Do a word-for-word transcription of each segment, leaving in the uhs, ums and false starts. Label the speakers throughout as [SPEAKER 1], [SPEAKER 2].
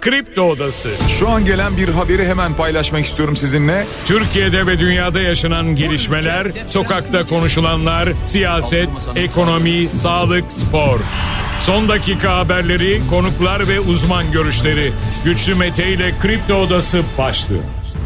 [SPEAKER 1] Kripto Odası.
[SPEAKER 2] Şu an gelen bir haberi hemen paylaşmak istiyorum sizinle.
[SPEAKER 1] Türkiye'de ve dünyada yaşanan gelişmeler, sokakta konuşulanlar, siyaset, ekonomi, sağlık, spor. Son dakika haberleri, konuklar ve uzman görüşleri. Güçlü Mete ile Kripto Odası başlıyor.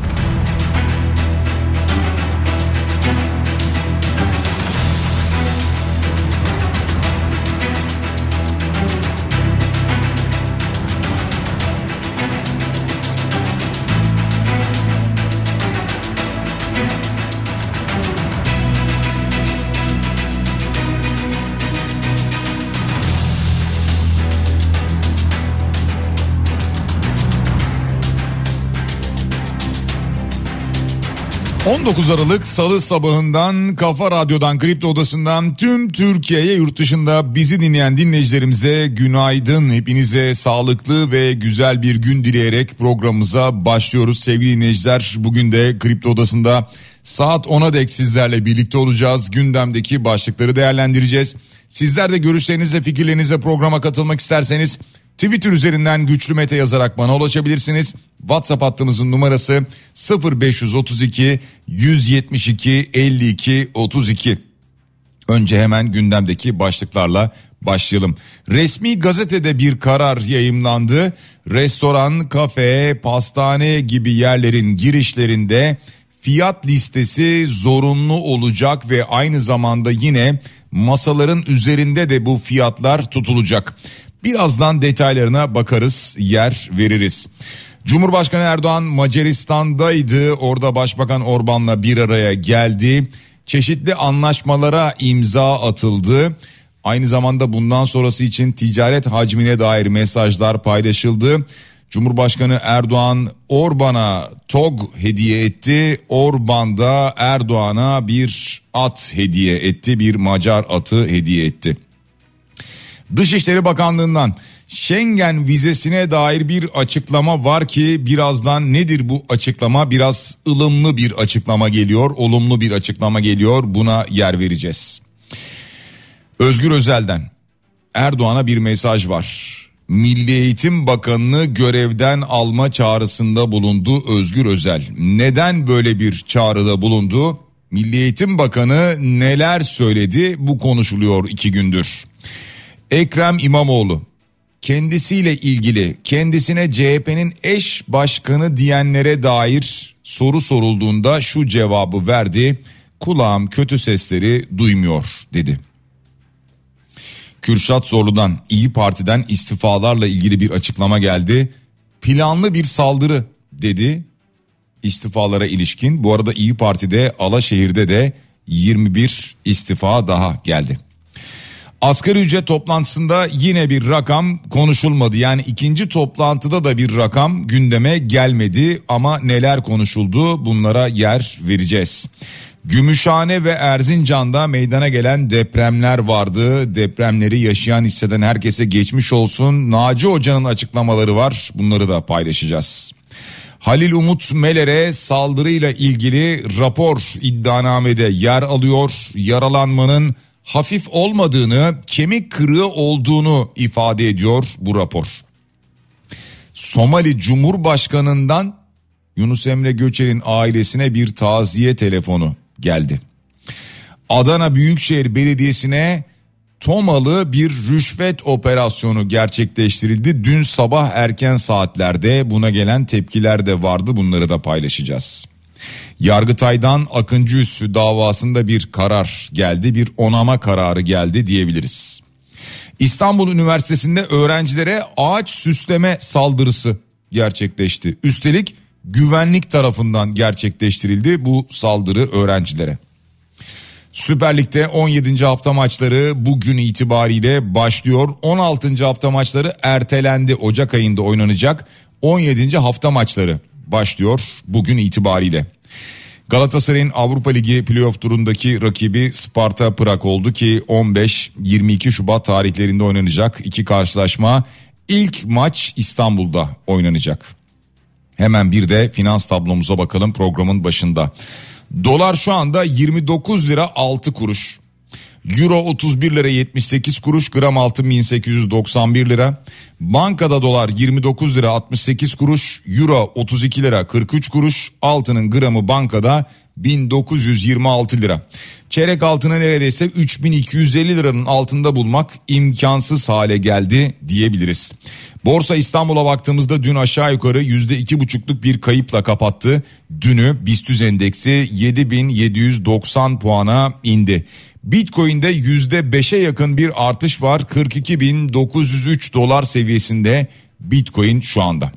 [SPEAKER 2] on dokuz Aralık Salı sabahından Kafa Radyo'dan, Kripto Odası'ndan tüm Türkiye'ye, yurt dışında bizi dinleyen dinleyicilerimize günaydın. Hepinize sağlıklı ve güzel bir gün dileyerek programımıza başlıyoruz. Sevgili dinleyiciler, bugün de Kripto Odası'nda saat ona dek sizlerle birlikte olacağız. Gündemdeki başlıkları değerlendireceğiz. Sizler de görüşlerinizle, fikirlerinizle programa katılmak isterseniz Twitter üzerinden Güçlü Mete yazarak bana ulaşabilirsiniz. WhatsApp hattımızın numarası sıfır beş otuz iki yüz yetmiş iki elli iki otuz iki. Önce hemen gündemdeki başlıklarla başlayalım. Resmi gazetede bir karar yayımlandı. Restoran, kafe, pastane gibi yerlerin girişlerinde fiyat listesi zorunlu olacak ve aynı zamanda yine masaların üzerinde de bu fiyatlar tutulacak. Birazdan detaylarına bakarız, yer veririz. Cumhurbaşkanı Erdoğan Macaristan'daydı. Orada Başbakan Orban'la bir araya geldi. Çeşitli anlaşmalara imza atıldı. Aynı zamanda bundan sonrası için ticaret hacmine dair mesajlar paylaşıldı. Cumhurbaşkanı Erdoğan Orban'a TOG hediye etti. Orban da Erdoğan'a bir at hediye etti. Bir Macar atı hediye etti. Dışişleri Bakanlığı'ndan Schengen vizesine dair bir açıklama var ki birazdan nedir bu açıklama? Biraz ılımlı bir açıklama geliyor, olumlu bir açıklama geliyor. Buna yer vereceğiz. Özgür Özel'den Erdoğan'a bir mesaj var. Milli Eğitim Bakanı'nı görevden alma çağrısında bulundu Özgür Özel. Neden böyle bir çağrıda bulundu? Milli Eğitim Bakanı neler söyledi? Bu konuşuluyor iki gündür. Ekrem İmamoğlu kendisiyle ilgili, kendisine C H P'nin eş başkanı diyenlere dair soru sorulduğunda şu cevabı verdi. Kulağım kötü sesleri duymuyor dedi. Kürşat Zorlu'dan, İyi Parti'den istifalarla ilgili bir açıklama geldi. Planlı bir saldırı dedi istifalara ilişkin. Bu arada İyi Parti'de, Alaşehir'de de yirmi bir istifa daha geldi. Asgari ücret toplantısında yine bir rakam konuşulmadı. Yani ikinci toplantıda da bir rakam gündeme gelmedi ama neler konuşuldu, bunlara yer vereceğiz. Gümüşhane ve Erzincan'da meydana gelen depremler vardı. Depremleri yaşayan, hisseden herkese geçmiş olsun. Naci Hoca'nın açıklamaları var. Bunları da paylaşacağız. Halil Umut Meler'e saldırıyla ilgili rapor iddianamede yer alıyor. Yaralanmanın hafif olmadığını, kemik kırığı olduğunu ifade ediyor bu rapor. Somali Cumhurbaşkanı'ndan Yunus Emre Göçer'in ailesine bir taziye telefonu geldi. Adana Büyükşehir Belediyesi'ne Tomalı bir rüşvet operasyonu gerçekleştirildi. Dün sabah erken saatlerde buna gelen tepkiler de vardı, bunları da paylaşacağız. Yargıtay'dan Akıncı Üssü davasında bir karar geldi, bir onama kararı geldi diyebiliriz. İstanbul Üniversitesi'nde öğrencilere ağaç süsleme saldırısı gerçekleşti. Üstelik güvenlik tarafından gerçekleştirildi bu saldırı öğrencilere. Süper Lig'de on yedinci hafta maçları bugün itibariyle başlıyor. on altıncı hafta maçları ertelendi, Ocak ayında oynanacak. on yedinci hafta maçları başlıyor bugün itibariyle. Galatasaray'ın Avrupa Ligi playoff turundaki rakibi Sparta Prag oldu ki on beş yirmi iki Şubat tarihlerinde oynanacak iki karşılaşma. İlk maç İstanbul'da oynanacak. Hemen bir de finans tablomuza bakalım programın başında. Dolar şu anda yirmi dokuz lira altı kuruş. Euro otuz bir lira yetmiş sekiz kuruş, gram altın bin sekiz yüz doksan bir lira. Bankada dolar yirmi dokuz lira altmış sekiz kuruş, euro otuz iki lira kırk üç kuruş, altının gramı bankada bin dokuz yüz yirmi altı lira. Çeyrek altını neredeyse üç bin iki yüz elli liranın altında bulmak imkansız hale geldi diyebiliriz. Borsa İstanbul'a baktığımızda dün aşağı yukarı yüzde iki buçukluk bir kayıpla kapattı. Dünü BIST endeksi yedi bin yedi yüz doksan puana indi. Bitcoin'de yüzde beşe yakın bir artış var. kırk iki bin dokuz yüz üç dolar seviyesinde Bitcoin şu anda.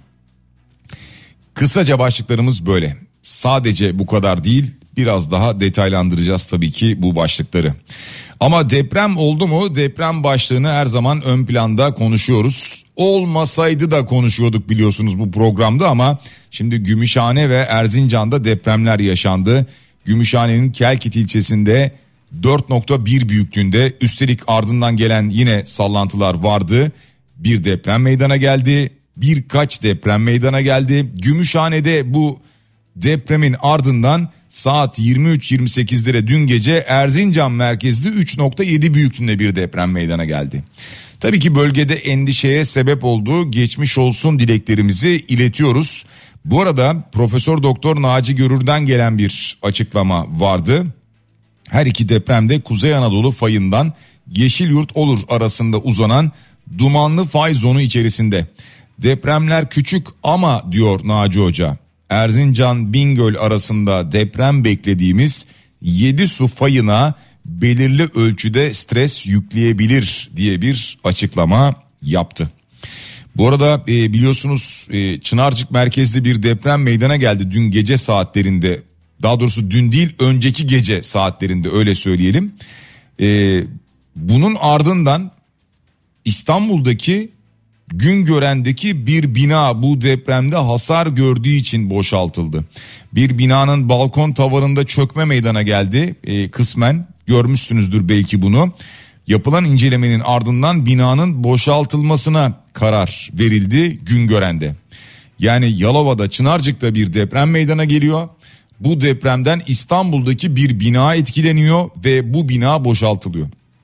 [SPEAKER 2] Kısaca başlıklarımız böyle. Sadece bu kadar değil, biraz daha detaylandıracağız tabii ki bu başlıkları. Ama deprem oldu mu? Deprem başlığını her zaman ön planda konuşuyoruz. Olmasaydı da konuşuyorduk biliyorsunuz bu programda, ama şimdi Gümüşhane ve Erzincan'da depremler yaşandı. Gümüşhane'nin Kelkit ilçesinde dört nokta bir büyüklüğünde, üstelik ardından gelen yine sallantılar vardı. Bir deprem meydana geldi, birkaç deprem meydana geldi. Gümüşhane'de bu depremin ardından saat yirmi üç yirmi sekizlere dün gece Erzincan merkezli üç nokta yedi büyüklüğünde bir deprem meydana geldi. Tabii ki bölgede endişeye sebep olduğu, geçmiş olsun dileklerimizi iletiyoruz. Bu arada Profesör Doktor Naci Görür'den gelen bir açıklama vardı. Her iki depremde Kuzey Anadolu fayından Yeşilyurt Olur arasında uzanan dumanlı fay zonu içerisinde. Depremler küçük ama diyor Naci Hoca, Erzincan Bingöl arasında deprem beklediğimiz yedi su fayına belirli ölçüde stres yükleyebilir diye bir açıklama yaptı. Bu arada e, biliyorsunuz e, Çınarcık merkezli bir deprem meydana geldi dün gece saatlerinde. Daha doğrusu dün değil, önceki gece saatlerinde, öyle söyleyelim. E, bunun ardından İstanbul'daki Güngören'deki bir bina bu depremde hasar gördüğü için boşaltıldı. Bir binanın balkon tavanında çökme meydana geldi e, kısmen, görmüşsünüzdür belki bunu. Yapılan incelemenin ardından binanın boşaltılmasına karar verildi Güngören'de. Yani Yalova'da, Çınarcık'ta bir deprem meydana geliyor. Bu depremden İstanbul'daki bir bina etkileniyor ve bu bina boşaltılıyor.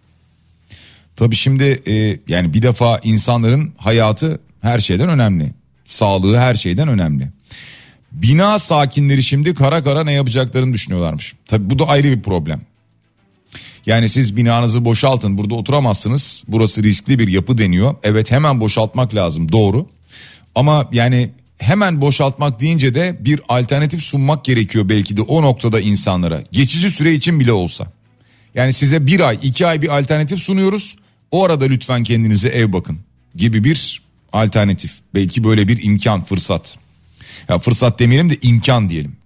[SPEAKER 2] Tabii şimdi e, yani bir defa insanların hayatı her şeyden önemli. Sağlığı her şeyden önemli. Bina sakinleri şimdi kara kara ne yapacaklarını düşünüyorlarmış. Tabii bu da ayrı bir problem. Yani siz binanızı boşaltın, burada oturamazsınız, burası riskli bir yapı deniyor. Evet, hemen boşaltmak lazım, doğru. Ama yani hemen boşaltmak deyince de bir alternatif sunmak gerekiyor belki de o noktada insanlara. Geçici süre için bile olsa. Yani size bir ay iki ay bir alternatif sunuyoruz. O arada lütfen kendinize ev bakın gibi bir alternatif. Belki böyle bir imkan, fırsat. Ya fırsat demeyelim de imkan diyelim.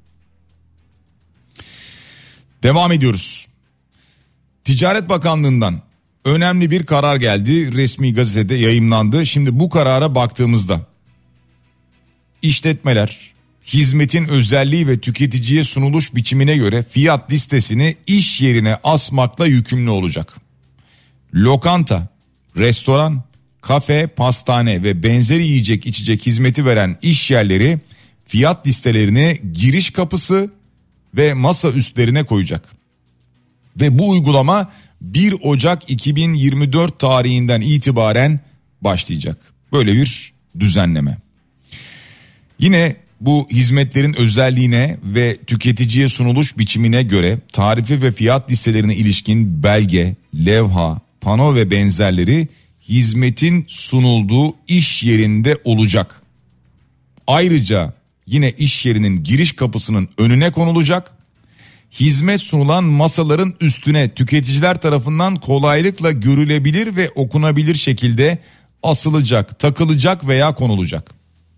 [SPEAKER 2] Devam ediyoruz. Ticaret Bakanlığı'ndan önemli bir karar geldi. Resmi gazetede yayımlandı. Şimdi bu karara baktığımızda işletmeler hizmetin özelliği ve tüketiciye sunuluş biçimine göre fiyat listesini iş yerine asmakla yükümlü olacak. Lokanta, restoran, kafe, pastane ve benzeri yiyecek içecek hizmeti veren iş yerleri fiyat listelerini giriş kapısı ve masa üstlerine koyacak. Ve bu uygulama bir Ocak iki bin yirmi dört tarihinden itibaren başlayacak. Böyle bir düzenleme. Yine bu hizmetlerin özelliğine ve tüketiciye sunuluş biçimine göre tarife ve fiyat listelerine ilişkin belge, levha, pano ve benzerleri hizmetin sunulduğu iş yerinde olacak. Ayrıca yine iş yerinin giriş kapısının önüne konulacak. Hizmet sunulan masaların üstüne tüketiciler tarafından kolaylıkla görülebilir ve okunabilir şekilde asılacak, takılacak veya konulacak.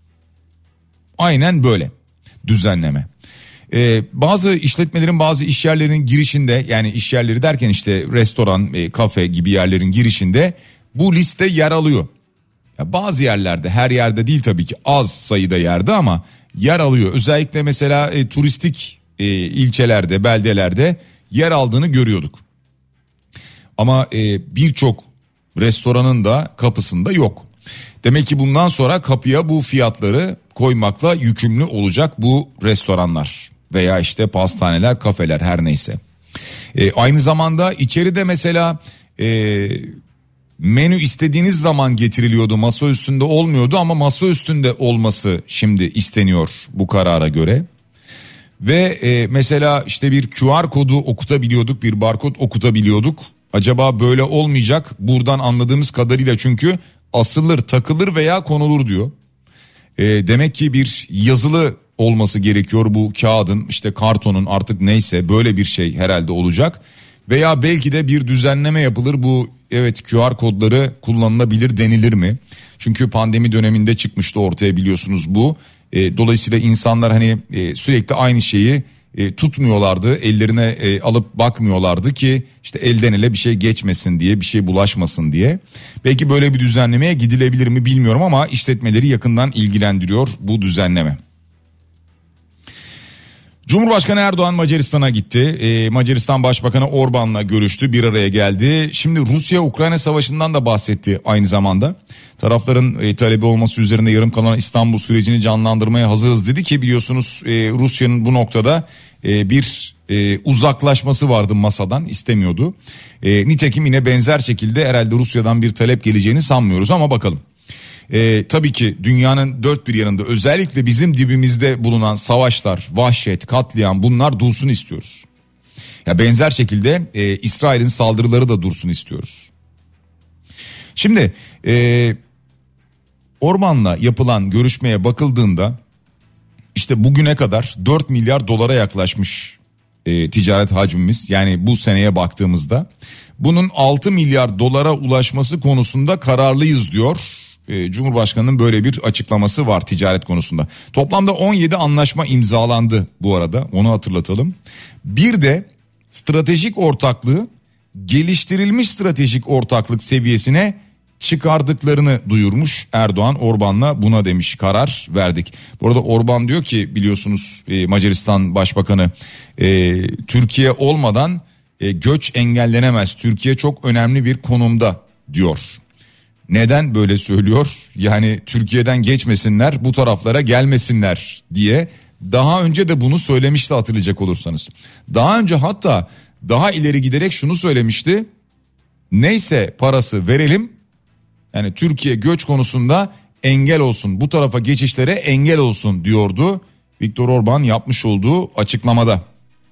[SPEAKER 2] Aynen böyle düzenleme. Ee, bazı işletmelerin, bazı iş yerlerinin girişinde, yani iş yerleri derken işte restoran, e, kafe gibi yerlerin girişinde bu liste yer alıyor. Ya bazı yerlerde, her yerde değil tabii ki, az sayıda yerde ama yer alıyor. Özellikle mesela e, turistik e, ilçelerde, beldelerde yer aldığını görüyorduk. Ama e, birçok restoranın da kapısında yok. Demek ki bundan sonra kapıya bu fiyatları koymakla yükümlü olacak bu restoranlar veya işte pastaneler, kafeler, her neyse. E, aynı zamanda içeride mesela e, menü istediğiniz zaman getiriliyordu, masa üstünde olmuyordu ama masa üstünde olması şimdi isteniyor bu karara göre. Ve e, mesela işte bir Q R kodu okutabiliyorduk, bir barkod okutabiliyorduk. Acaba böyle olmayacak buradan anladığımız kadarıyla, çünkü asılır, takılır veya konulur diyor. E, demek ki bir yazılı olması gerekiyor bu kağıdın, işte kartonun, artık neyse böyle bir şey herhalde olacak. Veya belki de bir düzenleme yapılır, bu evet Q R kodları kullanılabilir denilir mi? Çünkü pandemi döneminde çıkmıştı ortaya, biliyorsunuz bu. E, dolayısıyla insanlar hani e, sürekli aynı şeyi e, tutmuyorlardı, ellerine e, alıp bakmıyorlardı ki işte elden ele bir şey geçmesin diye, bir şey bulaşmasın diye. Belki böyle bir düzenlemeye gidilebilir mi bilmiyorum ama işletmeleri yakından ilgilendiriyor bu düzenleme. Cumhurbaşkanı Erdoğan Macaristan'a gitti. Ee, Macaristan Başbakanı Orban'la görüştü, bir araya geldi. Şimdi Rusya-Ukrayna savaşından da bahsetti aynı zamanda. Tarafların e, talebi olması üzerine yarım kalan İstanbul sürecini canlandırmaya hazırız dedi ki, biliyorsunuz e, Rusya'nın bu noktada e, bir e, uzaklaşması vardı masadan, istemiyordu. E, nitekim yine benzer şekilde herhalde Rusya'dan bir talep geleceğini sanmıyoruz ama bakalım. Ee, tabii ki dünyanın dört bir yanında, özellikle bizim dibimizde bulunan savaşlar, vahşet, katliam, bunlar dursun istiyoruz. Ya benzer şekilde e, İsrail'in saldırıları da dursun istiyoruz. Şimdi e, Orban'la yapılan görüşmeye bakıldığında işte bugüne kadar dört milyar dolara yaklaşmış e, ticaret hacmimiz, yani bu seneye baktığımızda bunun altı milyar dolara ulaşması konusunda kararlıyız diyor. Cumhurbaşkanının böyle bir açıklaması var ticaret konusunda. Toplamda on yedi anlaşma imzalandı bu arada, onu hatırlatalım. Bir de stratejik ortaklığı geliştirilmiş stratejik ortaklık seviyesine çıkardıklarını duyurmuş Erdoğan. Orban'la buna demiş, karar verdik. Bu arada Orban diyor ki, biliyorsunuz Macaristan Başbakanı, e, Türkiye olmadan e, göç engellenemez. Türkiye çok önemli bir konumda diyor. Neden böyle söylüyor? Yani Türkiye'den geçmesinler, bu taraflara gelmesinler diye. Daha önce de bunu söylemişti, hatırlayacak olursanız. Daha önce hatta daha ileri giderek şunu söylemişti. Neyse parası verelim. Yani Türkiye göç konusunda engel olsun, bu tarafa geçişlere engel olsun diyordu Viktor Orban yapmış olduğu açıklamada.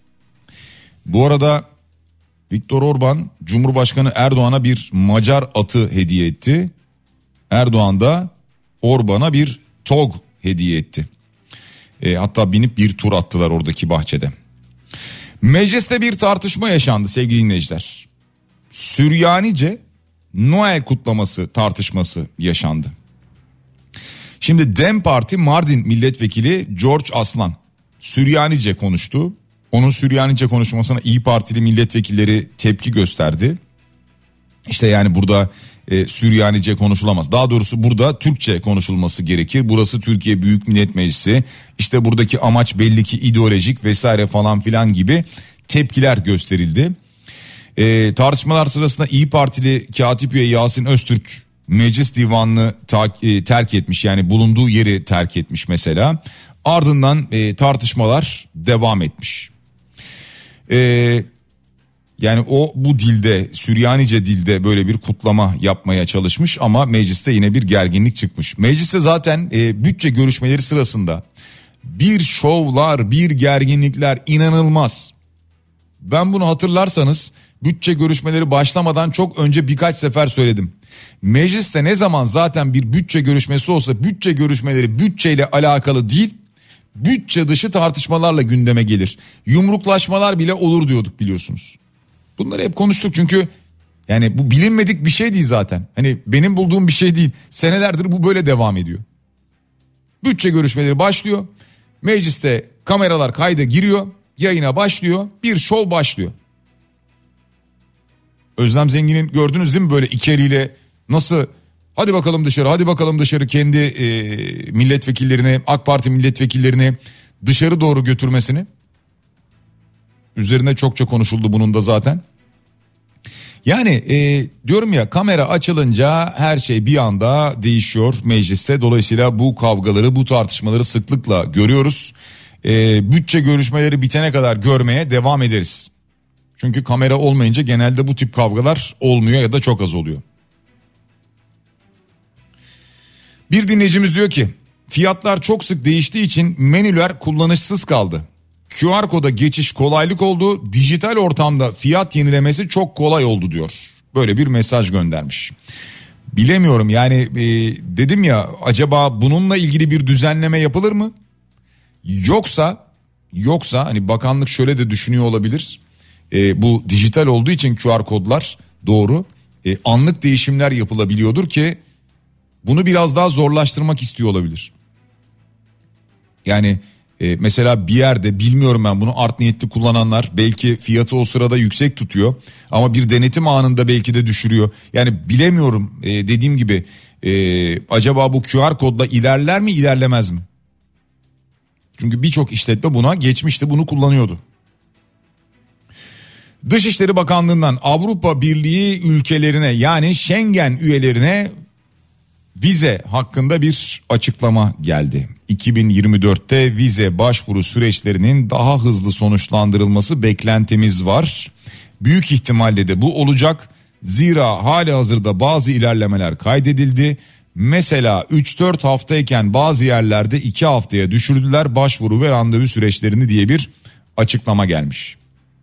[SPEAKER 2] Bu arada Viktor Orban Cumhurbaşkanı Erdoğan'a bir Macar atı hediye etti. Erdoğan da Orban'a bir tog hediye etti. E, hatta binip bir tur attılar oradaki bahçede. Mecliste bir tartışma yaşandı sevgili dinleyiciler. Süryanice Noel kutlaması tartışması yaşandı. Şimdi DEM Parti Mardin Milletvekili George Aslan Süryanice konuştu. Onun Süryanice konuşmasına İYİ Partili milletvekilleri tepki gösterdi. İşte yani burada e, Süryanice konuşulamaz. Daha doğrusu burada Türkçe konuşulması gerekir. Burası Türkiye Büyük Millet Meclisi. İşte buradaki amaç belli ki ideolojik vesaire falan filan gibi tepkiler gösterildi. E, tartışmalar sırasında İYİ Partili Katip Üye Yasin Öztürk meclis divanını ta- e, terk etmiş. Yani bulunduğu yeri terk etmiş mesela. Ardından e, tartışmalar devam etmiş. Ee, yani o bu dilde, Süryanice dilde böyle bir kutlama yapmaya çalışmış ama mecliste yine bir gerginlik çıkmış. Mecliste zaten e, bütçe görüşmeleri sırasında bir şovlar, bir gerginlikler inanılmaz. Ben bunu hatırlarsanız bütçe görüşmeleri başlamadan çok önce birkaç sefer söyledim. Mecliste ne zaman zaten bir bütçe görüşmesi olsa, bütçe görüşmeleri bütçeyle alakalı değil, bütçe dışı tartışmalarla gündeme gelir. Yumruklaşmalar bile olur diyorduk, biliyorsunuz. Bunları hep konuştuk çünkü yani bu bilinmedik bir şey değil zaten. Hani benim bulduğum bir şey değil. Senelerdir bu böyle devam ediyor. Bütçe görüşmeleri başlıyor. Mecliste kameralar kayda giriyor. Yayına başlıyor. Bir şov başlıyor. Özlem Zengin'in gördünüz değil mi böyle iki eliyle nasıl... Hadi bakalım dışarı, hadi bakalım dışarı kendi e, milletvekillerini, AK Parti milletvekillerini dışarı doğru götürmesini. Üzerine çokça konuşuldu bunun da zaten. Yani e, diyorum ya, kamera açılınca her şey bir anda değişiyor mecliste. Dolayısıyla bu kavgaları, bu tartışmaları sıklıkla görüyoruz. E, bütçe görüşmeleri bitene kadar görmeye devam ederiz. Çünkü kamera olmayınca genelde bu tip kavgalar olmuyor ya da çok az oluyor. Bir dinleyicimiz diyor ki fiyatlar çok sık değiştiği için menüler kullanışsız kaldı. Q R koda geçiş kolaylık oldu. Dijital ortamda fiyat yenilemesi çok kolay oldu diyor. Böyle bir mesaj göndermiş. Bilemiyorum yani e, dedim ya acaba bununla ilgili bir düzenleme yapılır mı? Yoksa yoksa hani bakanlık şöyle de düşünüyor olabilir. E, bu dijital olduğu için Q R kodlar doğru e, anlık değişimler yapılabiliyordur ki bunu biraz daha zorlaştırmak istiyor olabilir. Yani e, mesela bir yerde bilmiyorum ben bunu art niyetli kullananlar belki fiyatı o sırada yüksek tutuyor ama bir denetim anında belki de düşürüyor. Yani bilemiyorum e, dediğim gibi e, acaba bu Q R kodla ilerler mi ilerlemez mi? Çünkü birçok işletme buna geçmişte bunu kullanıyordu. Dışişleri Bakanlığı'ndan Avrupa Birliği ülkelerine yani Schengen üyelerine vize hakkında bir açıklama geldi. iki bin yirmi dörtte vize başvuru süreçlerinin daha hızlı sonuçlandırılması beklentimiz var. Büyük ihtimalle de bu olacak. Zira hali hazırda bazı ilerlemeler kaydedildi. Mesela üç dört haftayken bazı yerlerde iki haftaya düşürdüler başvuru ve randevu süreçlerini diye bir açıklama gelmiş.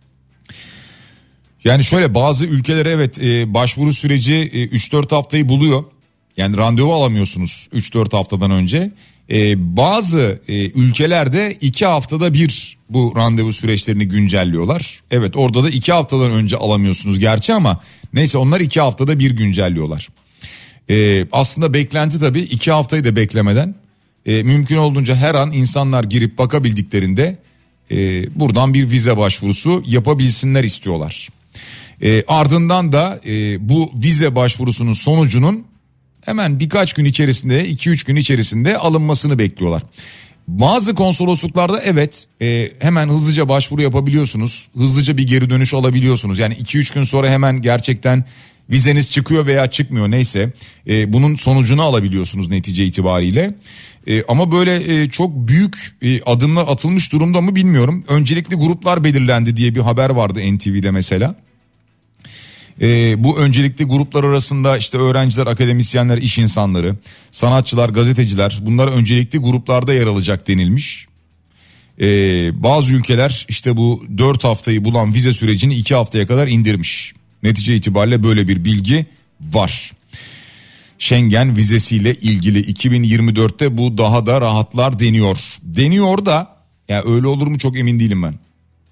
[SPEAKER 2] Yani şöyle bazı ülkelere evet e, başvuru süreci e, üç dört haftayı buluyor. Yani randevu alamıyorsunuz üç dört haftadan önce. Ee, bazı e, ülkelerde iki haftada bir bu randevu süreçlerini güncelliyorlar. Evet orada da iki haftadan önce alamıyorsunuz gerçi ama neyse onlar iki haftada bir güncelliyorlar. Ee, aslında beklenti tabii iki haftayı da beklemeden e, mümkün olduğunca her an insanlar girip bakabildiklerinde e, buradan bir vize başvurusu yapabilsinler istiyorlar. E, ardından da e, bu vize başvurusunun sonucunun hemen birkaç gün içerisinde iki üç gün içerisinde alınmasını bekliyorlar. Bazı konsolosluklarda evet e, hemen hızlıca başvuru yapabiliyorsunuz. Hızlıca bir geri dönüş alabiliyorsunuz. Yani iki üç gün sonra hemen gerçekten vizeniz çıkıyor veya çıkmıyor neyse. E, bunun sonucunu alabiliyorsunuz netice itibariyle. E, ama böyle e, çok büyük e, adımlar atılmış durumda mı bilmiyorum. Öncelikli gruplar belirlendi diye bir haber vardı N T V'de mesela. Ee, bu öncelikli gruplar arasında işte öğrenciler, akademisyenler, iş insanları, sanatçılar, gazeteciler bunlar öncelikli gruplarda yer alacak denilmiş. Ee, bazı ülkeler işte bu dört haftayı bulan vize sürecini iki haftaya kadar indirmiş. Netice itibariyle böyle bir bilgi var. Schengen vizesiyle ilgili iki bin yirmi dörtte bu daha da rahatlar deniyor. Deniyor da ya öyle olur mu çok emin değilim ben.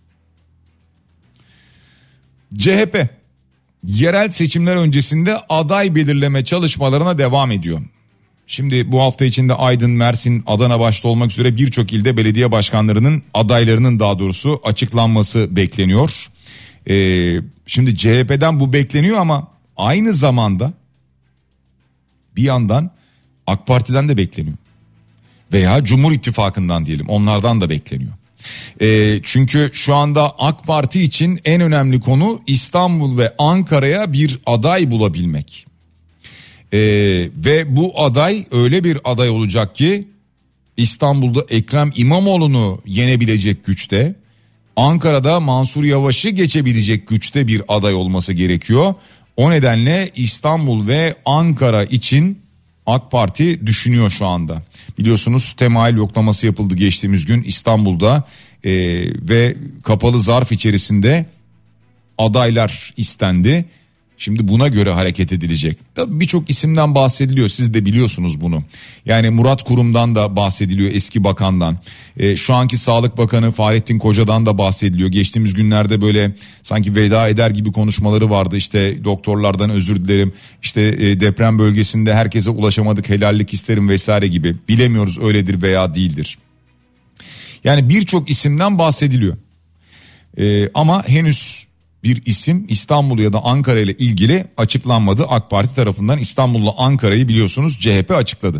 [SPEAKER 2] C H P yerel seçimler öncesinde aday belirleme çalışmalarına devam ediyor. Şimdi bu hafta içinde Aydın, Mersin, Adana başta olmak üzere birçok ilde belediye başkanlarının adaylarının daha doğrusu açıklanması bekleniyor. Ee, şimdi C H P'den bu bekleniyor ama aynı zamanda bir yandan AK Parti'den de bekleniyor. Veya Cumhur İttifakı'ndan diyelim onlardan da bekleniyor. E, çünkü şu anda AK Parti için en önemli konu İstanbul ve Ankara'ya bir aday bulabilmek. E, ve bu aday öyle bir aday olacak ki İstanbul'da Ekrem İmamoğlu'nu yenebilecek güçte, Ankara'da Mansur Yavaş'ı geçebilecek güçte bir aday olması gerekiyor. O nedenle İstanbul ve Ankara için AK Parti düşünüyor şu anda. Biliyorsunuz temayül yoklaması yapıldı geçtiğimiz gün İstanbul'da e, ve kapalı zarf içerisinde adaylar istendi. Şimdi buna göre hareket edilecek. Tabii birçok isimden bahsediliyor, siz de biliyorsunuz bunu. Yani Murat Kurum'dan da bahsediliyor, eski bakandan. E, şu anki Sağlık Bakanı Fahrettin Koca'dan da bahsediliyor. Geçtiğimiz günlerde böyle sanki veda eder gibi konuşmaları vardı. İşte doktorlardan özür dilerim, İşte e, deprem bölgesinde herkese ulaşamadık, helallik isterim vesaire gibi. Bilemiyoruz öyledir veya değildir. Yani birçok isimden bahsediliyor. E, ama henüz bir isim İstanbul ya da Ankara ile ilgili açıklanmadı. AK Parti tarafından İstanbul'la Ankara'yı biliyorsunuz C H P açıkladı.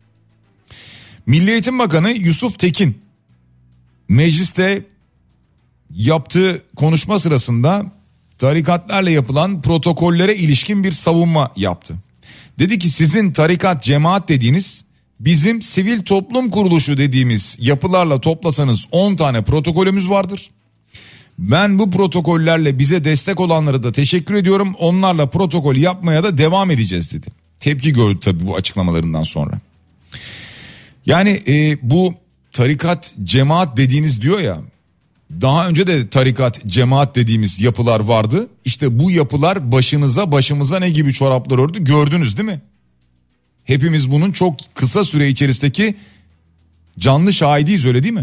[SPEAKER 2] Milli Eğitim Bakanı Yusuf Tekin mecliste yaptığı konuşma sırasında tarikatlarla yapılan protokollere ilişkin bir savunma yaptı. Dedi ki sizin tarikat, cemaat dediğiniz bizim sivil toplum kuruluşu dediğimiz yapılarla toplasanız on tane protokolümüz vardır. Ben bu protokollerle bize destek olanlara da teşekkür ediyorum. Onlarla protokol yapmaya da devam edeceğiz dedi. Tepki gördü tabii bu açıklamalarından sonra. Yani e, bu tarikat, cemaat dediğiniz diyor ya. Daha önce de tarikat, cemaat dediğimiz yapılar vardı. İşte bu yapılar başınıza başımıza ne gibi çoraplar ördü gördünüz değil mi? Hepimiz bunun çok kısa süre içerisindeki canlı şahidiyiz, öyle değil mi?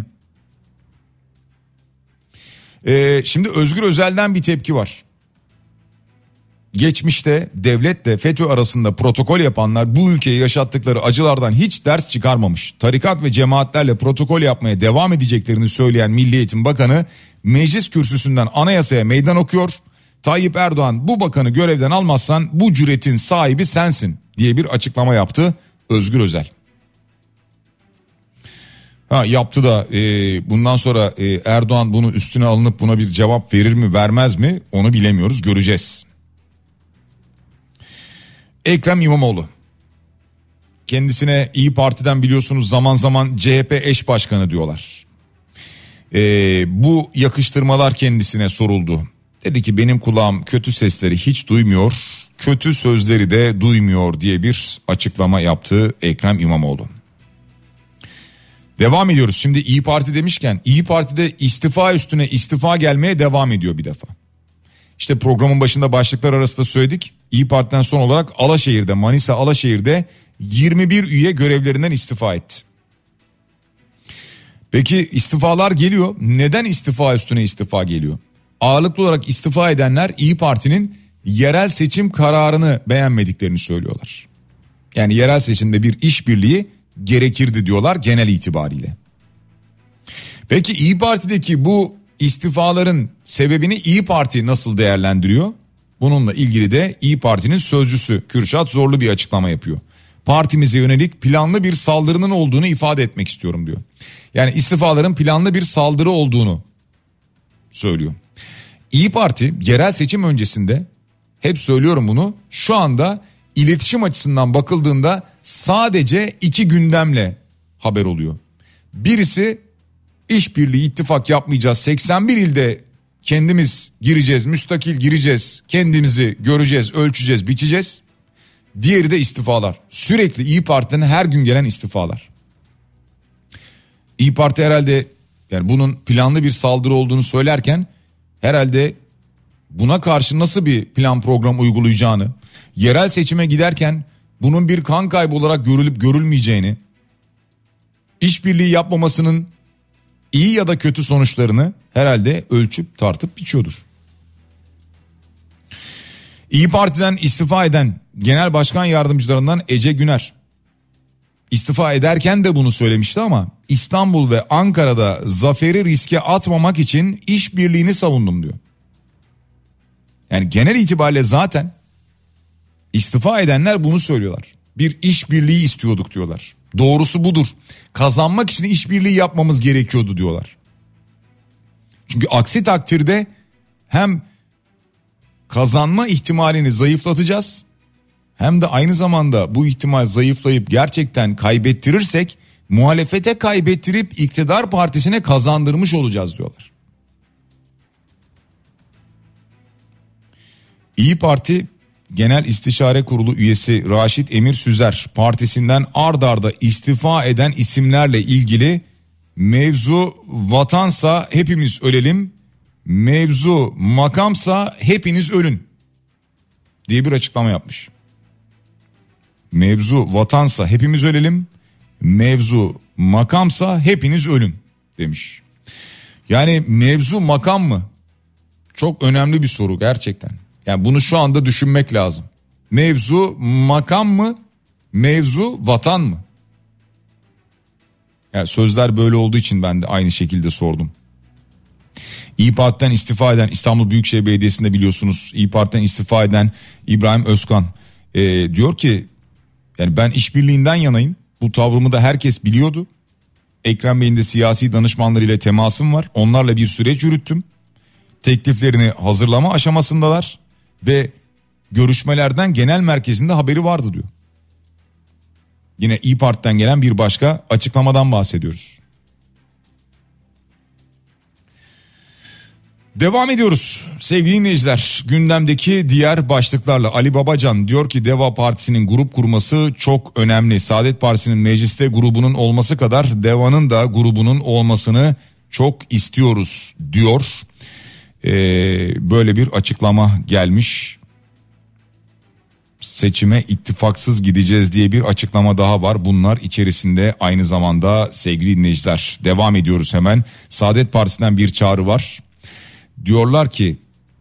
[SPEAKER 2] Ee, şimdi Özgür Özel'den bir tepki var. Geçmişte devletle FETÖ arasında protokol yapanlar bu ülkeye yaşattıkları acılardan hiç ders çıkarmamış. Tarikat ve cemaatlerle protokol yapmaya devam edeceklerini söyleyen Milli Eğitim Bakanı meclis kürsüsünden anayasaya meydan okuyor. Tayyip Erdoğan, bu bakanı görevden almazsan bu cüretin sahibi sensin diye bir açıklama yaptı Özgür Özel. Ha, yaptı da e, bundan sonra e, Erdoğan bunu üstüne alınıp buna bir cevap verir mi vermez mi onu bilemiyoruz, göreceğiz. Ekrem İmamoğlu, kendisine İyi Parti'den biliyorsunuz zaman zaman C H P eş başkanı diyorlar. E, bu yakıştırmalar kendisine soruldu. Dedi ki benim kulağım kötü sesleri hiç duymuyor, kötü sözleri de duymuyor diye bir açıklama yaptı Ekrem İmamoğlu. Devam ediyoruz. Şimdi İyi Parti demişken İyi Parti'de istifa üstüne istifa gelmeye devam ediyor bir defa. İşte programın başında başlıklar arasında söyledik. İyi Parti'den son olarak Alaşehir'de, Manisa Alaşehir'de yirmi bir üye görevlerinden istifa etti. Peki istifalar geliyor. Neden istifa üstüne istifa geliyor? Ağırlıklı olarak istifa edenler İyi Parti'nin yerel seçim kararını beğenmediklerini söylüyorlar. Yani yerel seçimde bir işbirliği gerekirdi diyorlar genel itibariyle. Peki İyi Parti'deki bu istifaların sebebini İyi Parti nasıl değerlendiriyor? Bununla ilgili de İyi Parti'nin sözcüsü Kürşat Zorlu bir açıklama yapıyor. Partimize yönelik planlı bir saldırının olduğunu ifade etmek istiyorum diyor. Yani istifaların planlı bir saldırı olduğunu söylüyor. İyi Parti yerel seçim öncesinde, hep söylüyorum bunu, şu anda iletişim açısından bakıldığında sadece iki gündemle haber oluyor. Birisi işbirliği, ittifak yapmayacağız, seksen bir ilde kendimiz gireceğiz, müstakil gireceğiz, kendimizi göreceğiz, ölçeceğiz, biçeceğiz. Diğeri de istifalar. Sürekli İyi Parti'den her gün gelen istifalar. İyi Parti herhalde yani bunun planlı bir saldırı olduğunu söylerken herhalde buna karşı nasıl bir plan program uygulayacağını, yerel seçime giderken bunun bir kan kaybı olarak görülüp görülmeyeceğini, işbirliği yapmamasının iyi ya da kötü sonuçlarını herhalde ölçüp tartıp biçiyordur. İyi Parti'den istifa eden Genel Başkan Yardımcılarından Ece Güner istifa ederken de bunu söylemişti ama İstanbul ve Ankara'da zaferi riske atmamak için işbirliğini savundum diyor. Yani genel itibariyle zaten istifa edenler bunu söylüyorlar. Bir işbirliği istiyorduk diyorlar. Doğrusu budur. Kazanmak için işbirliği yapmamız gerekiyordu diyorlar. Çünkü aksi takdirde hem kazanma ihtimalini zayıflatacağız, hem de aynı zamanda bu ihtimal zayıflayıp gerçekten kaybettirirsek muhalefete kaybettirip iktidar partisine kazandırmış olacağız diyorlar. İyi Parti Genel İstişare Kurulu üyesi Raşit Emir Süzer partisinden ard arda istifa eden isimlerle ilgili mevzu vatansa hepimiz ölelim, mevzu makamsa hepiniz ölün diye bir açıklama yapmış. Mevzu vatansa hepimiz ölelim, mevzu makamsa hepiniz ölün demiş. Yani mevzu makam mı? Çok önemli bir soru gerçekten. Yani bunu şu anda düşünmek lazım. Mevzu makam mı? Mevzu vatan mı? Yani sözler böyle olduğu için ben de aynı şekilde sordum. İyi Parti'den istifa eden İstanbul Büyükşehir Belediyesi'nde biliyorsunuz İyi Parti'den istifa eden İbrahim Özkan e, diyor ki yani ben işbirliğinden yanayım. Bu tavrımı da herkes biliyordu. Ekrem Bey'in de siyasi danışmanlarıyla temasım var. Onlarla bir süreç yürüttüm. Tekliflerini hazırlama aşamasındalar ve görüşmelerden genel merkezinde haberi vardı diyor. Yine İyi Parti'den gelen bir başka açıklamadan bahsediyoruz. Devam ediyoruz sevgili dinleyiciler. Gündemdeki diğer başlıklarla Ali Babacan diyor ki Deva Partisi'nin grup kurması çok önemli. Saadet Partisi'nin mecliste grubunun olması kadar Deva'nın da grubunun olmasını çok istiyoruz diyor. Ee, böyle bir açıklama gelmiş. Seçime ittifaksız gideceğiz diye bir açıklama daha var. Bunlar içerisinde aynı zamanda sevgili dinleyiciler. Devam ediyoruz hemen. Saadet Partisi'nden bir çağrı var. Diyorlar ki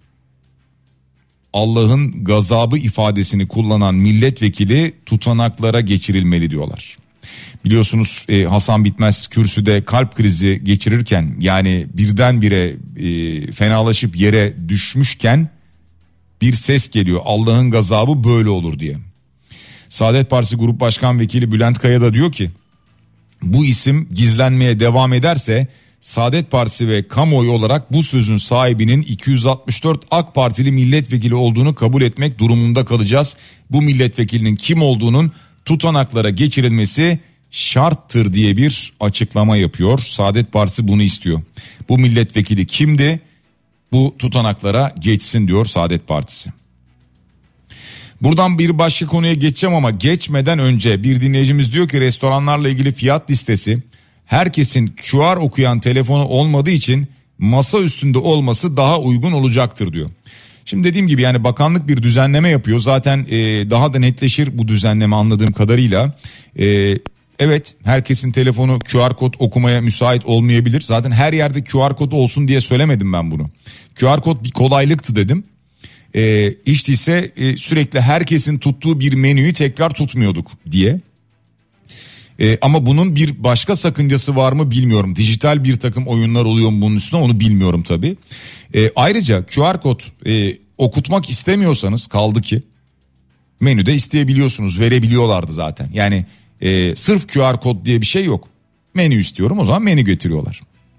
[SPEAKER 2] Allah'ın gazabı ifadesini kullanan milletvekili tutanaklara geçirilmeli diyorlar. Biliyorsunuz e, Hasan Bitmez kürsüde kalp krizi geçirirken, yani birdenbire e, fenalaşıp yere düşmüşken bir ses geliyor. Allah'ın gazabı böyle olur diye. Saadet Partisi Grup Başkan Vekili Bülent Kaya da diyor ki bu isim gizlenmeye devam ederse Saadet Partisi ve kamuoyu olarak bu sözün sahibinin iki yüz altmış dört AK Partili milletvekili olduğunu kabul etmek durumunda kalacağız. Bu milletvekilinin kim olduğunun tutanaklara geçirilmesi şarttır diye bir açıklama yapıyor. Saadet Partisi bunu istiyor. Bu milletvekili kimdi? Bu tutanaklara geçsin diyor Saadet Partisi. Buradan bir başka konuya geçeceğim ama geçmeden önce bir dinleyicimiz diyor ki restoranlarla ilgili fiyat listesi herkesin Q R okuyan telefonu olmadığı için masa üstünde olması daha uygun olacaktır diyor. Şimdi dediğim gibi yani bakanlık bir düzenleme yapıyor. Zaten e, daha da netleşir bu düzenleme anladığım kadarıyla. E, evet herkesin telefonu Q R kod okumaya müsait olmayabilir. Zaten her yerde Q R kod olsun diye söylemedim ben bunu. Q R kod bir kolaylıktı dedim. E, işte ise e, sürekli herkesin tuttuğu bir menüyü tekrar tutmuyorduk diye. Ee, ama bunun bir başka sakıncası var mı bilmiyorum. Dijital bir takım oyunlar oluyor mu bunun üstüne onu bilmiyorum tabii. Ee, ayrıca Q R kod e, okutmak istemiyorsanız kaldı ki menüde isteyebiliyorsunuz, verebiliyorlardı zaten. Yani e, sırf Q R kod diye bir şey yok. Menü istiyorum, o zaman menü getiriyorlar.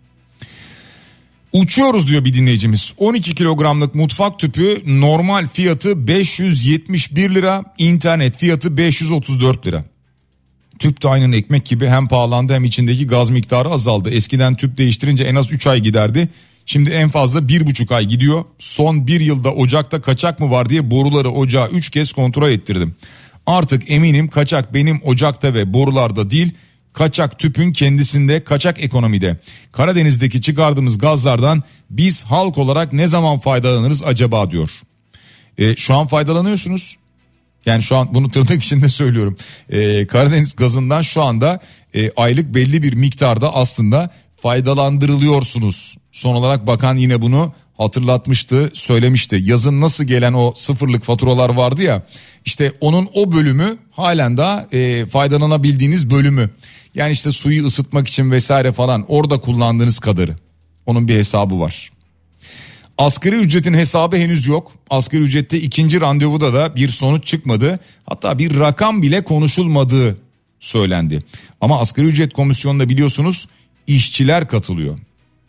[SPEAKER 2] Uçuyoruz diyor bir dinleyicimiz. on iki kilogramlık mutfak tüpü normal fiyatı beş yüz yetmiş bir lira, internet fiyatı beş yüz otuz dört lira. Tüp de aynen ekmek gibi hem pahalandı hem içindeki gaz miktarı azaldı. Eskiden tüp değiştirince en az üç ay giderdi. Şimdi en fazla bir buçuk ay gidiyor. Son bir yılda ocakta kaçak mı var diye boruları ocağa üç kez kontrol ettirdim. Artık eminim kaçak benim ocakta ve borularda değil, kaçak tüpün kendisinde, kaçak ekonomide. Karadeniz'deki çıkardığımız gazlardan biz halk olarak ne zaman faydalanırız acaba diyor. E, şu an faydalanıyorsunuz. Yani şu an bunu tırnak içinde söylüyorum. Ee, Karadeniz gazından şu anda e, aylık belli bir miktarda aslında faydalandırılıyorsunuz. Son olarak bakan yine bunu hatırlatmıştı, söylemişti. Yazın nasıl gelen o sıfırlık faturalar vardı ya, işte onun o bölümü halen daha e, faydalanabildiğiniz bölümü. Yani işte suyu ısıtmak için vesaire falan orada kullandığınız kadarı. Onun bir hesabı var. Asgari ücretin hesabı henüz yok. Asgari ücrette ikinci randevuda da bir sonuç çıkmadı. Hatta bir rakam bile konuşulmadığı söylendi. Ama asgari ücret komisyonunda biliyorsunuz işçiler katılıyor.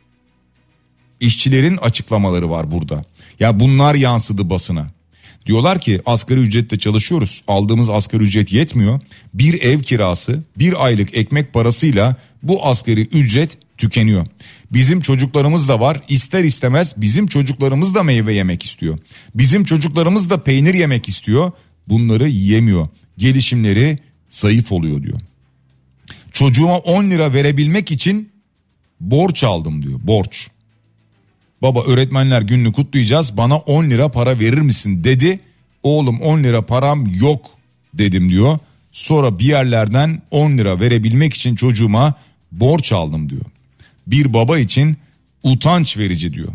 [SPEAKER 2] İşçilerin açıklamaları var burada. Ya bunlar yansıdı basına. Diyorlar ki asgari ücretle çalışıyoruz. Aldığımız asgari ücret yetmiyor. Bir ev kirası, bir aylık ekmek parasıyla bu asgari ücret tükeniyor. Bizim çocuklarımız da var. İster istemez bizim çocuklarımız da meyve yemek istiyor. Bizim çocuklarımız da peynir yemek istiyor. Bunları yiyemiyor. Gelişimleri zayıf oluyor diyor. Çocuğuma on lira verebilmek için borç aldım diyor. Borç. Baba öğretmenler gününü kutlayacağız, bana on lira para verir misin dedi. Oğlum on lira param yok dedim diyor. Sonra bir yerlerden on lira verebilmek için çocuğuma borç aldım diyor. Bir baba için utanç verici diyor.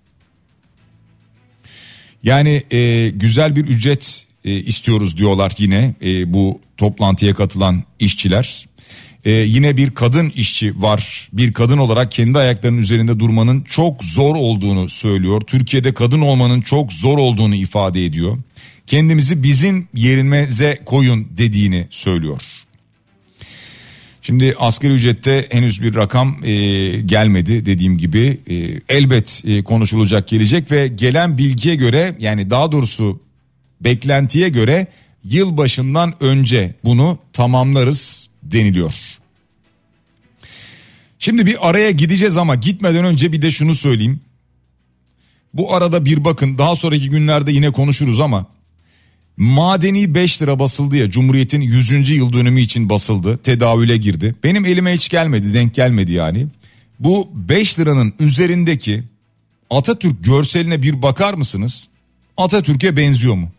[SPEAKER 2] Yani e, güzel bir ücret e, istiyoruz diyorlar yine e, bu toplantıya katılan işçiler. E, yine bir kadın işçi var. Bir kadın olarak kendi ayaklarının üzerinde durmanın çok zor olduğunu söylüyor. Türkiye'de kadın olmanın çok zor olduğunu ifade ediyor. Kendimizi bizim yerimize koyun dediğini söylüyor. Şimdi asgari ücrette henüz bir rakam e, gelmedi dediğim gibi. E, elbet e, konuşulacak, gelecek ve gelen bilgiye göre, yani daha doğrusu beklentiye göre yılbaşından önce bunu tamamlarız deniliyor. Şimdi bir araya gideceğiz ama gitmeden önce bir de şunu söyleyeyim. Bu arada bir bakın, daha sonraki günlerde yine konuşuruz ama madeni beş lira basıldı ya, Cumhuriyet'in yüzüncü yıl dönümü için basıldı, tedavüle girdi. Benim elime hiç gelmedi, denk gelmedi yani. Bu beş liranın üzerindeki Atatürk görseline bir bakar mısınız? Atatürk'e benziyor mu?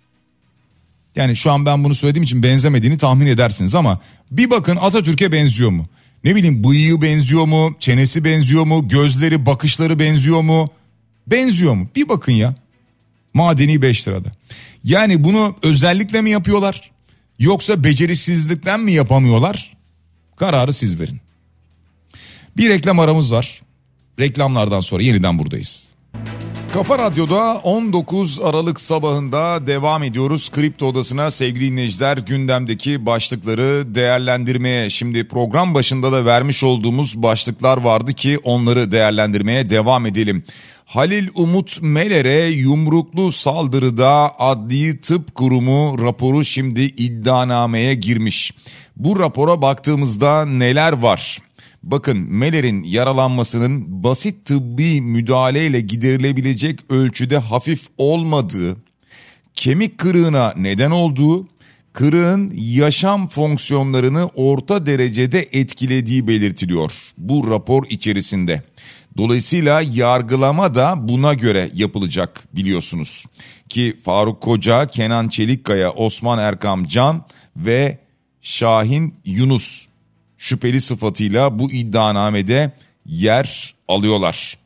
[SPEAKER 2] Yani şu an ben bunu söylediğim için benzemediğini tahmin edersiniz ama bir bakın, Atatürk'e benziyor mu? Ne bileyim, bıyığı benziyor mu? Çenesi benziyor mu? Gözleri, bakışları benziyor mu? Benziyor mu? Bir bakın ya. Madeni beş lirada. Yani bunu özellikle mi yapıyorlar? Yoksa becerisizlikten mi yapamıyorlar? Kararı siz verin. Bir reklam aramız var. Reklamlardan sonra yeniden buradayız. Kafa Radyo'da on dokuz Aralık sabahında devam ediyoruz. Kripto Odası'na sevgili dinleyiciler, gündemdeki başlıkları değerlendirmeye. Şimdi program başında da vermiş olduğumuz başlıklar vardı ki onları değerlendirmeye devam edelim. Halil Umut Meler'e yumruklu saldırıda Adli Tıp Kurumu raporu şimdi iddianameye girmiş. Bu rapora baktığımızda neler var? Bakın, Meler'in yaralanmasının basit tıbbi müdahaleyle giderilebilecek ölçüde hafif olmadığı, kemik kırığına neden olduğu, kırığın yaşam fonksiyonlarını orta derecede etkilediği belirtiliyor bu rapor içerisinde. Dolayısıyla yargılama da buna göre yapılacak biliyorsunuz. Ki Faruk Koca, Kenan Çelikkaya, Osman Erkam Can ve Şahin Yunus şüpheli sıfatıyla bu iddianamede yer alıyorlar.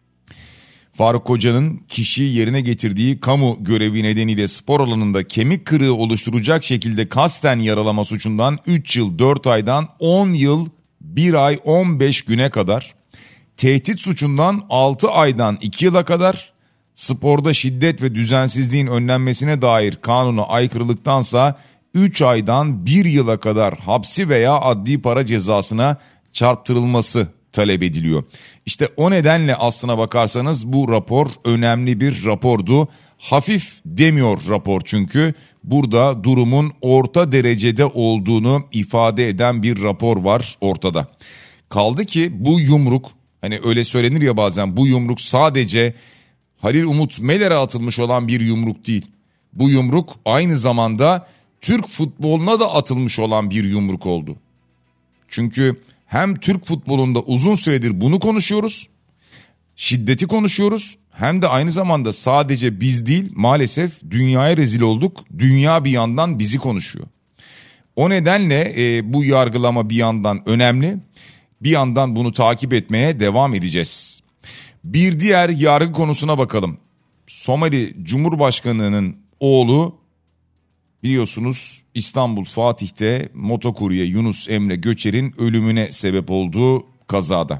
[SPEAKER 2] Faruk Koca'nın kişi yerine getirdiği kamu görevi nedeniyle spor alanında kemik kırığı oluşturacak şekilde kasten yaralama suçundan üç yıl dört aydan on yıl bir ay on beş güne kadar, tehdit suçundan altı aydan iki yıla kadar, sporda şiddet ve düzensizliğin önlenmesine dair kanuna aykırılıktansa üç aydan bir yıla kadar hapsi veya adli para cezasına çarptırılması talep ediliyor. İşte o nedenle aslına bakarsanız bu rapor önemli bir rapordu. Hafif demiyor rapor, çünkü burada durumun orta derecede olduğunu ifade eden bir rapor var ortada. Kaldı ki bu yumruk, hani öyle söylenir ya bazen, bu yumruk sadece Halil Umut Meler'e atılmış olan bir yumruk değil. Bu yumruk aynı zamanda Türk futboluna da atılmış olan bir yumruk oldu. Çünkü hem Türk futbolunda uzun süredir bunu konuşuyoruz, şiddeti konuşuyoruz, hem de aynı zamanda sadece biz değil, maalesef dünyaya rezil olduk. Dünya bir yandan bizi konuşuyor. O nedenle e, bu yargılama bir yandan önemli, bir yandan bunu takip etmeye devam edeceğiz. Bir diğer yargı konusuna bakalım. Somali Cumhurbaşkanı'nın oğlu, biliyorsunuz, İstanbul Fatih'te motokurye Yunus Emre Göçer'in ölümüne sebep olduğu kazada.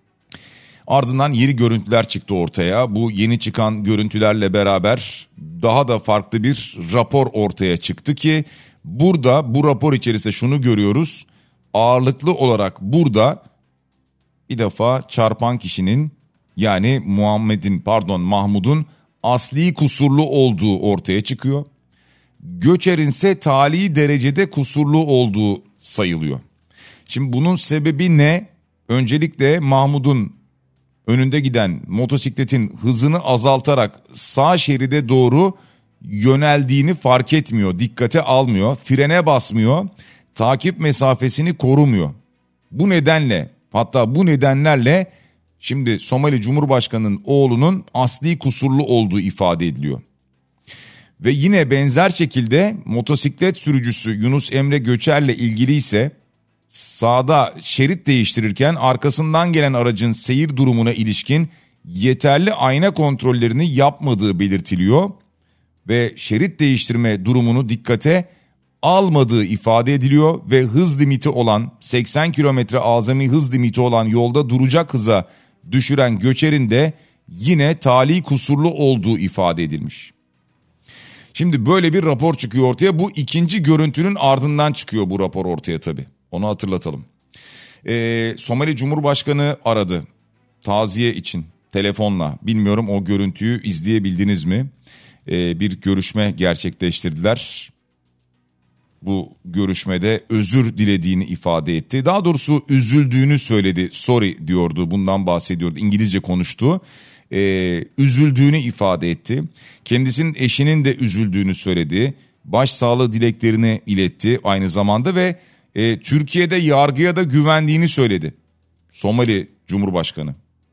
[SPEAKER 2] Ardından yeni görüntüler çıktı ortaya. Bu yeni çıkan görüntülerle beraber daha da farklı bir rapor ortaya çıktı ki burada, bu rapor içerisinde şunu görüyoruz. Ağırlıklı olarak burada bir defa çarpan kişinin, yani Muhammed'in pardon Mahmud'un asli kusurlu olduğu ortaya çıkıyor. Göçer'in ise tali derecede kusurlu olduğu sayılıyor. Şimdi bunun sebebi ne? Öncelikle Mahmud'un önünde giden motosikletin hızını azaltarak sağ şeride doğru yöneldiğini fark etmiyor, dikkate almıyor, frene basmıyor, takip mesafesini korumuyor. Bu nedenle, hatta bu nedenlerle şimdi Somali Cumhurbaşkanı'nın oğlunun asli kusurlu olduğu ifade ediliyor. Ve yine benzer şekilde motosiklet sürücüsü Yunus Emre Göçer'le ilgili ise sağda şerit değiştirirken arkasından gelen aracın seyir durumuna ilişkin yeterli ayna kontrollerini yapmadığı belirtiliyor ve şerit değiştirme durumunu dikkate almadığı ifade ediliyor ve hız limiti olan seksen kilometre azami hız limiti olan yolda duracak hıza düşüren Göçer'in de yine tali kusurlu olduğu ifade edilmiş. Şimdi böyle bir rapor çıkıyor ortaya. Bu ikinci görüntünün ardından çıkıyor bu rapor ortaya tabii. Onu hatırlatalım. Ee, Somali Cumhurbaşkanı aradı taziye için telefonla. Bilmiyorum o görüntüyü izleyebildiniz mi? Ee, bir görüşme gerçekleştirdiler. Bu görüşmede özür dilediğini ifade etti. Daha doğrusu üzüldüğünü söyledi. Sorry diyordu, bundan bahsediyordu. İngilizce konuştu. e, üzüldüğünü ifade etti. Kendisinin eşinin de üzüldüğünü söyledi. Başsağlığı dileklerini iletti aynı zamanda ve e, Türkiye'de yargıya da güvendiğini söyledi Somali Cumhurbaşkanı.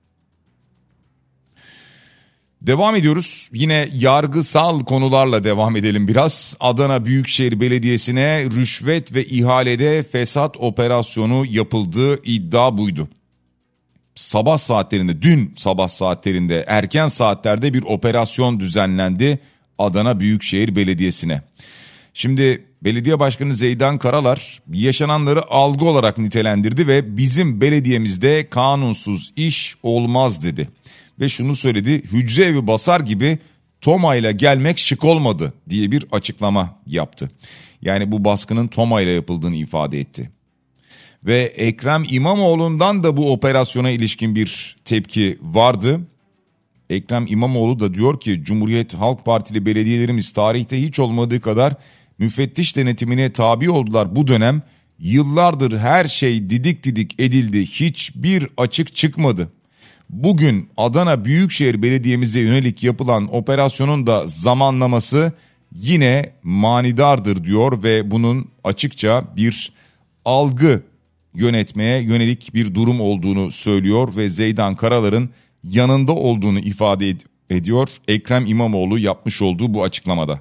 [SPEAKER 2] Devam ediyoruz. Yine yargısal konularla devam edelim biraz. Adana Büyükşehir Belediyesi'ne rüşvet ve ihalede fesat operasyonu yapıldığı iddia buydu. Sabah saatlerinde, dün sabah saatlerinde, erken saatlerde bir operasyon düzenlendi Adana Büyükşehir Belediyesi'ne. Şimdi belediye başkanı Zeydan Karalar yaşananları algı olarak nitelendirdi ve bizim belediyemizde kanunsuz iş olmaz dedi. Ve şunu söyledi, hücre evi basar gibi Toma ile gelmek şık olmadı diye bir açıklama yaptı. Yani bu baskının Toma ile yapıldığını ifade etti. Ve Ekrem İmamoğlu'ndan da bu operasyona ilişkin bir tepki vardı. Ekrem İmamoğlu da diyor ki Cumhuriyet Halk Partili belediyelerimiz tarihte hiç olmadığı kadar müfettiş denetimine tabi oldular bu dönem. Yıllardır her şey didik didik edildi, hiçbir açık çıkmadı. Bugün Adana Büyükşehir Belediye'mize yönelik yapılan operasyonun da zamanlaması yine manidardır diyor ve bunun açıkça bir algı yönetmeye yönelik bir durum olduğunu söylüyor ve Zeydan Karalar'ın yanında olduğunu ifade ed- ediyor Ekrem İmamoğlu yapmış olduğu bu açıklamada.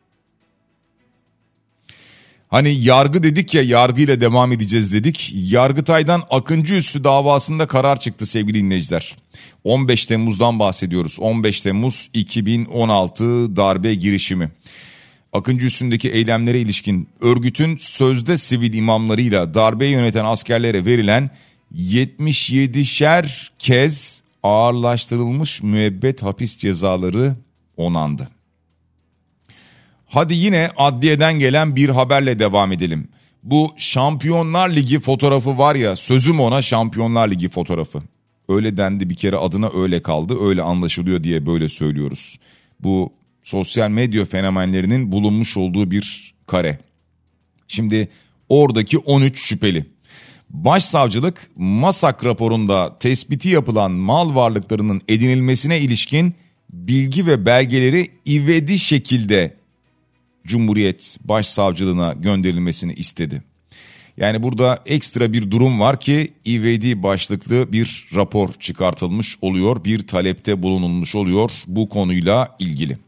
[SPEAKER 2] Hani yargı dedik ya, yargıyla devam edeceğiz dedik. Yargıtay'dan Akıncı Üssü davasında karar çıktı sevgili dinleyiciler. on beş Temmuz'dan bahsediyoruz. on beş Temmuz iki bin on altı darbe girişimi. Akıncı Üssü'ndeki eylemlere ilişkin örgütün sözde sivil imamlarıyla darbeyi yöneten askerlere verilen yetmiş yedişer kez ağırlaştırılmış müebbet hapis cezaları onandı. Hadi yine adliyeden gelen bir haberle devam edelim. Bu Şampiyonlar Ligi fotoğrafı var ya, sözüm ona Şampiyonlar Ligi fotoğrafı. Öyle dendi bir kere, adına öyle kaldı, öyle anlaşılıyor diye böyle söylüyoruz. Bu sosyal medya fenomenlerinin bulunmuş olduğu bir kare. Şimdi oradaki on üç şüpheli. Başsavcılık MASAK raporunda tespiti yapılan mal varlıklarının edinilmesine ilişkin bilgi ve belgeleri ivedi şekilde Cumhuriyet Başsavcılığına gönderilmesini istedi. Yani burada ekstra bir durum var ki ivedi başlıklı bir rapor çıkartılmış oluyor, bir talepte bulunulmuş oluyor bu konuyla ilgili.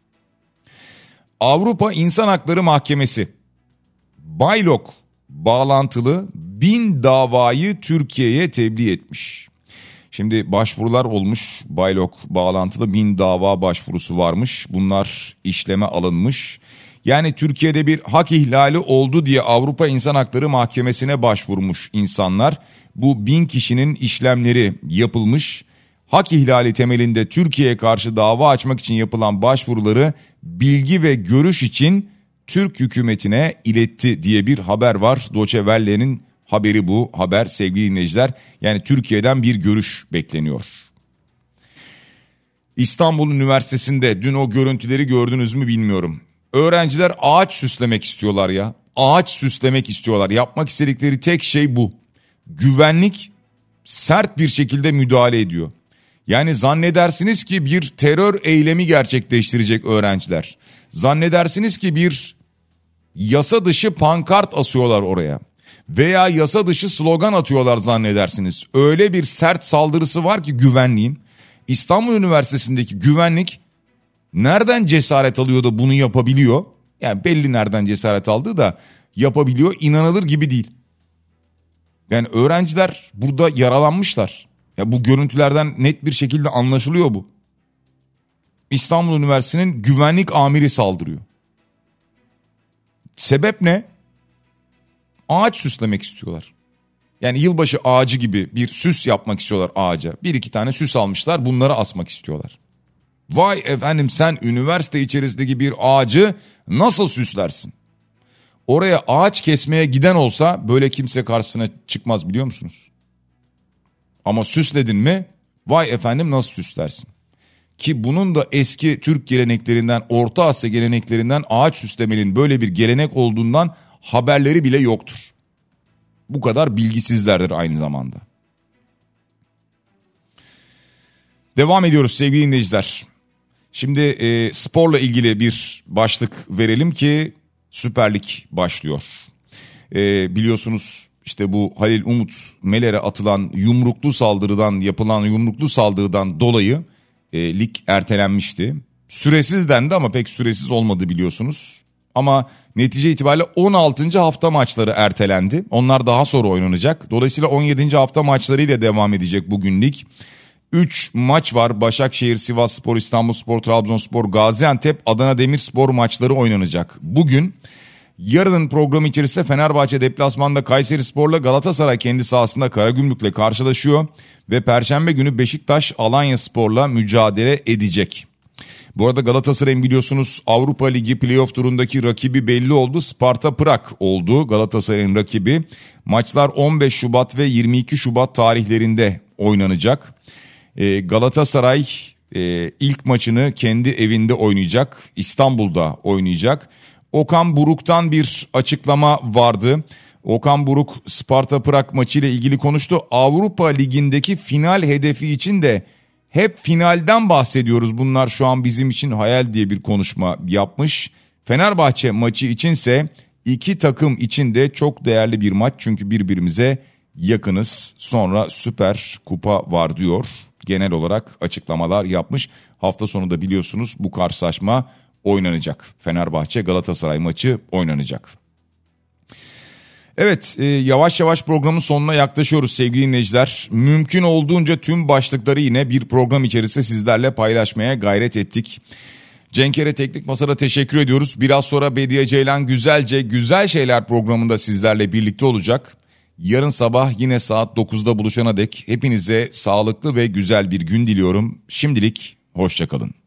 [SPEAKER 2] Avrupa İnsan Hakları Mahkemesi Baylok bağlantılı bin davayı Türkiye'ye tebliğ etmiş. Şimdi başvurular olmuş, Baylok bağlantılı bin dava başvurusu varmış, bunlar işleme alınmış. Yani Türkiye'de bir hak ihlali oldu diye Avrupa İnsan Hakları Mahkemesi'ne başvurmuş insanlar. Bu bin kişinin işlemleri yapılmış. Hak ihlali temelinde Türkiye'ye karşı dava açmak için yapılan başvuruları bilgi ve görüş için Türk hükümetine iletti diye bir haber var. Deutsche Welle'nin haberi bu haber sevgili dinleyiciler. Yani Türkiye'den bir görüş bekleniyor. İstanbul Üniversitesi'nde dün o görüntüleri gördünüz mü bilmiyorum. Öğrenciler ağaç süslemek istiyorlar ya. Ağaç süslemek istiyorlar. Yapmak istedikleri tek şey bu. Güvenlik sert bir şekilde müdahale ediyor. Yani zannedersiniz ki bir terör eylemi gerçekleştirecek öğrenciler. Zannedersiniz ki bir yasa dışı pankart asıyorlar oraya. Veya yasa dışı slogan atıyorlar zannedersiniz. Öyle bir sert saldırısı var ki güvenliğin. İstanbul Üniversitesi'ndeki güvenlik nereden cesaret alıyor da bunu yapabiliyor? Yani belli nereden cesaret aldığı da yapabiliyor, inanılır gibi değil. Yani öğrenciler burada yaralanmışlar. Ya bu görüntülerden net bir şekilde anlaşılıyor bu. İstanbul Üniversitesi'nin güvenlik amiri saldırıyor. Sebep ne? Ağaç süslemek istiyorlar. Yani yılbaşı ağacı gibi bir süs yapmak istiyorlar ağaca. Bir iki tane süs almışlar, bunları asmak istiyorlar. Vay efendim, sen üniversite içerisindeki bir ağacı nasıl süslersin? Oraya ağaç kesmeye giden olsa böyle kimse karşısına çıkmaz, biliyor musunuz? Ama süsledin mi, vay efendim nasıl süslersin? Ki bunun da eski Türk geleneklerinden, Orta Asya geleneklerinden ağaç süslemenin böyle bir gelenek olduğundan haberleri bile yoktur. Bu kadar bilgisizlerdir aynı zamanda. Devam ediyoruz sevgili dinleyiciler. Şimdi e, sporla ilgili bir başlık verelim ki Süper Lig başlıyor. E, biliyorsunuz işte bu Halil Umut Meler'e atılan yumruklu saldırıdan yapılan yumruklu saldırıdan dolayı e, lig ertelenmişti. Süresiz dendi ama pek süresiz olmadı biliyorsunuz. Ama netice itibariyle on altıncı hafta maçları ertelendi. Onlar daha sonra oynanacak. Dolayısıyla on yedinci hafta maçlarıyla devam edecek bugün lig. üç maç var. Başakşehir, Sivasspor, İstanbulspor, Trabzonspor, Gaziantep, Adana Demirspor maçları oynanacak. Bugün yarının programı içerisinde Fenerbahçe deplasmanda Kayserispor'la, Galatasaray kendi sahasında Karagümrük'le karşılaşıyor. Ve Perşembe günü Beşiktaş Alanyaspor'la mücadele edecek. Bu arada Galatasaray'ın biliyorsunuz Avrupa Ligi playoff turundaki rakibi belli oldu. Sparta Prag oldu Galatasaray'ın rakibi. Maçlar on beş Şubat ve yirmi iki Şubat tarihlerinde oynanacak. Ee, Galatasaray e, ilk maçını kendi evinde oynayacak. İstanbul'da oynayacak. Okan Buruk'tan bir açıklama vardı. Okan Buruk Sparta Prag maçıyla ilgili konuştu. Avrupa Ligi'ndeki final hedefi için de hep finalden bahsediyoruz. Bunlar şu an bizim için hayal diye bir konuşma yapmış. Fenerbahçe maçı içinse iki takım için de çok değerli bir maç. Çünkü birbirimize yakınız. Sonra Süper Kupa var diyor. Genel olarak açıklamalar yapmış. Hafta sonu da biliyorsunuz bu karşılaşma oynanacak. Fenerbahçe Galatasaray maçı oynanacak. Evet, e, yavaş yavaş programın sonuna yaklaşıyoruz sevgili dinleyiciler. Mümkün olduğunca tüm başlıkları yine bir program içerisinde sizlerle paylaşmaya gayret ettik. Cenkere Teknik Masa'da teşekkür ediyoruz. Biraz sonra Bediye Ceylan Güzelce Güzel Şeyler programında sizlerle birlikte olacak. Yarın sabah yine saat dokuzda buluşana dek hepinize sağlıklı ve güzel bir gün diliyorum. Şimdilik hoşça kalın.